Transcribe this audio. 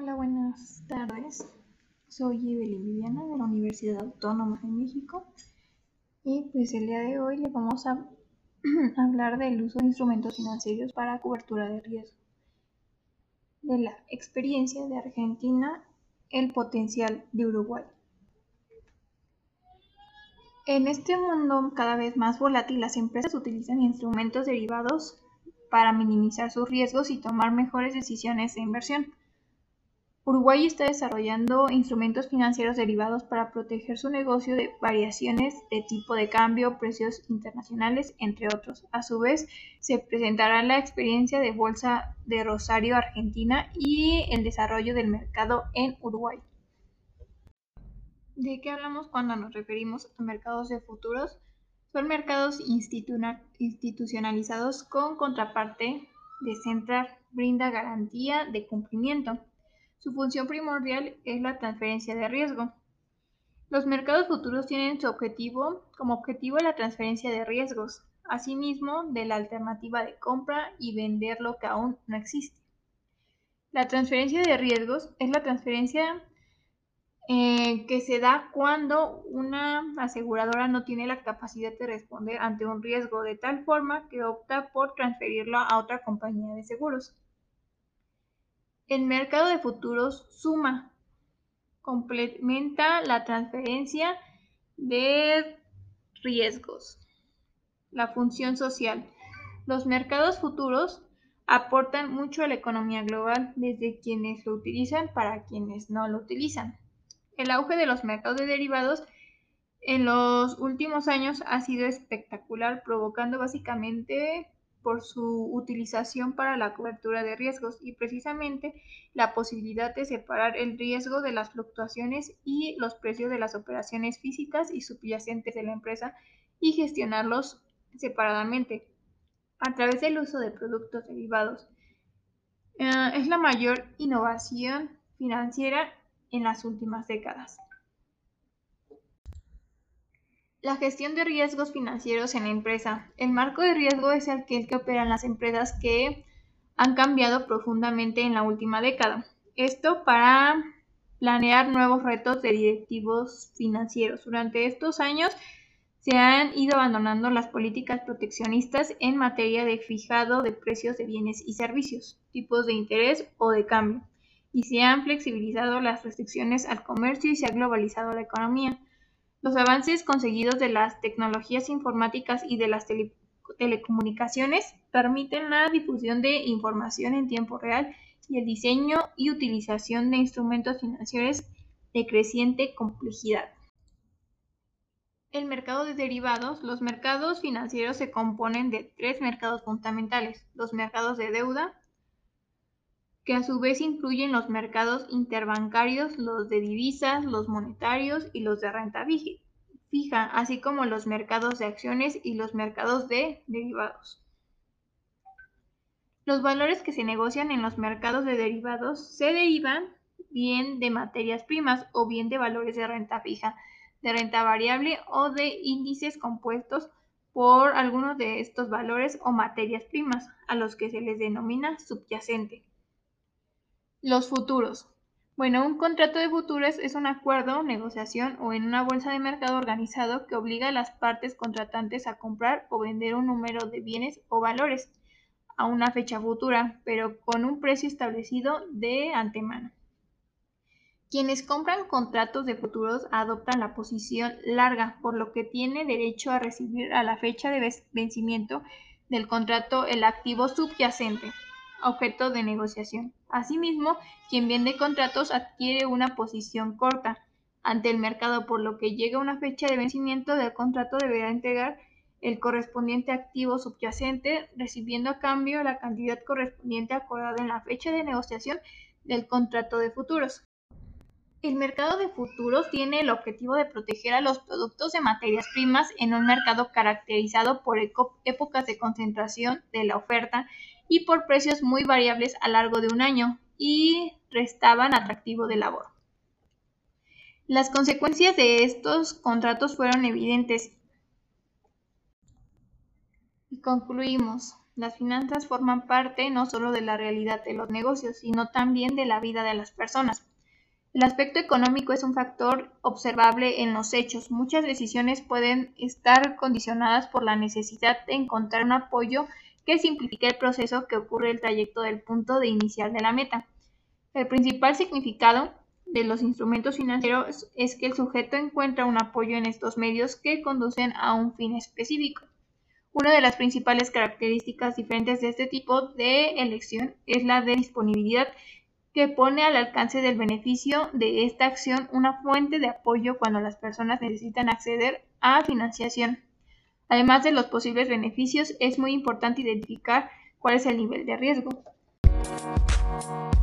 Hola, buenas tardes. Soy Evelyn Viviana de la Universidad Autónoma de México y pues el día de hoy le vamos a hablar del uso de instrumentos financieros para cobertura de riesgo, de la experiencia de Argentina, el potencial de Uruguay. En este mundo cada vez más volátil, las empresas utilizan instrumentos derivados para minimizar sus riesgos y tomar mejores decisiones de inversión. Uruguay está desarrollando instrumentos financieros derivados para proteger su negocio de variaciones de tipo de cambio, precios internacionales, entre otros. A su vez, se presentará la experiencia de Bolsa de Rosario, Argentina, y el desarrollo del mercado en Uruguay. ¿De qué hablamos cuando nos referimos a mercados de futuros? Son mercados institucionalizados con contraparte de central, brinda garantía de cumplimiento. Su función primordial es la transferencia de riesgo. Los mercados futuros tienen como objetivo la transferencia de riesgos, asimismo de la alternativa de compra y vender lo que aún no existe. La transferencia de riesgos es la transferencia que se da cuando una aseguradora no tiene la capacidad de responder ante un riesgo de tal forma que opta por transferirlo a otra compañía de seguros. El mercado de futuros complementa la transferencia de riesgos. La función social. Los mercados futuros aportan mucho a la economía global, desde quienes lo utilizan para quienes no lo utilizan. El auge de los mercados de derivados en los últimos años ha sido espectacular, provocando básicamente por su utilización para la cobertura de riesgos y precisamente la posibilidad de separar el riesgo de las fluctuaciones y los precios de las operaciones físicas y subyacentes de la empresa y gestionarlos separadamente a través del uso de productos derivados. Es la mayor innovación financiera en las últimas décadas. La gestión de riesgos financieros en la empresa. El marco de riesgo es aquel que operan las empresas que han cambiado profundamente en la última década. Esto para planear nuevos retos de directivos financieros. Durante estos años se han ido abandonando las políticas proteccionistas en materia de fijado de precios de bienes y servicios, tipos de interés o de cambio, y se han flexibilizado las restricciones al comercio y se ha globalizado la economía. Los avances conseguidos de las tecnologías informáticas y de las telecomunicaciones permiten la difusión de información en tiempo real y el diseño y utilización de instrumentos financieros de creciente complejidad. El mercado de derivados. Los mercados financieros se componen de tres mercados fundamentales: los mercados de deuda, que a su vez incluyen los mercados interbancarios, los de divisas, los monetarios y los de renta fija, así como los mercados de acciones y los mercados de derivados. Los valores que se negocian en los mercados de derivados se derivan bien de materias primas o bien de valores de renta fija, de renta variable o de índices compuestos por algunos de estos valores o materias primas, a los que se les denomina subyacente. Los futuros. Bueno, un contrato de futuros es un acuerdo, negociación o en una bolsa de mercado organizado que obliga a las partes contratantes a comprar o vender un número de bienes o valores a una fecha futura, pero con un precio establecido de antemano. Quienes compran contratos de futuros adoptan la posición larga, por lo que tiene derecho a recibir a la fecha de vencimiento del contrato el activo subyacente, objeto de negociación. Asimismo, quien vende contratos adquiere una posición corta ante el mercado, por lo que llega una fecha de vencimiento del contrato deberá entregar el correspondiente activo subyacente, recibiendo a cambio la cantidad correspondiente acordada en la fecha de negociación del contrato de futuros. El mercado de futuros tiene el objetivo de proteger a los productos de materias primas en un mercado caracterizado por épocas de concentración de la oferta y por precios muy variables a lo largo de un año, y restaban atractivo de labor. Las consecuencias de estos contratos fueron evidentes. Y concluimos. Las finanzas forman parte no solo de la realidad de los negocios, sino también de la vida de las personas. El aspecto económico es un factor observable en los hechos. Muchas decisiones pueden estar condicionadas por la necesidad de encontrar un apoyo que simplifique el proceso que ocurre el trayecto del punto de inicial de la meta. El principal significado de los instrumentos financieros es que el sujeto encuentra un apoyo en estos medios que conducen a un fin específico. Una de las principales características diferentes de este tipo de elección es la de disponibilidad, que pone al alcance del beneficio de esta acción una fuente de apoyo cuando las personas necesitan acceder a financiación. Además de los posibles beneficios, es muy importante identificar cuál es el nivel de riesgo.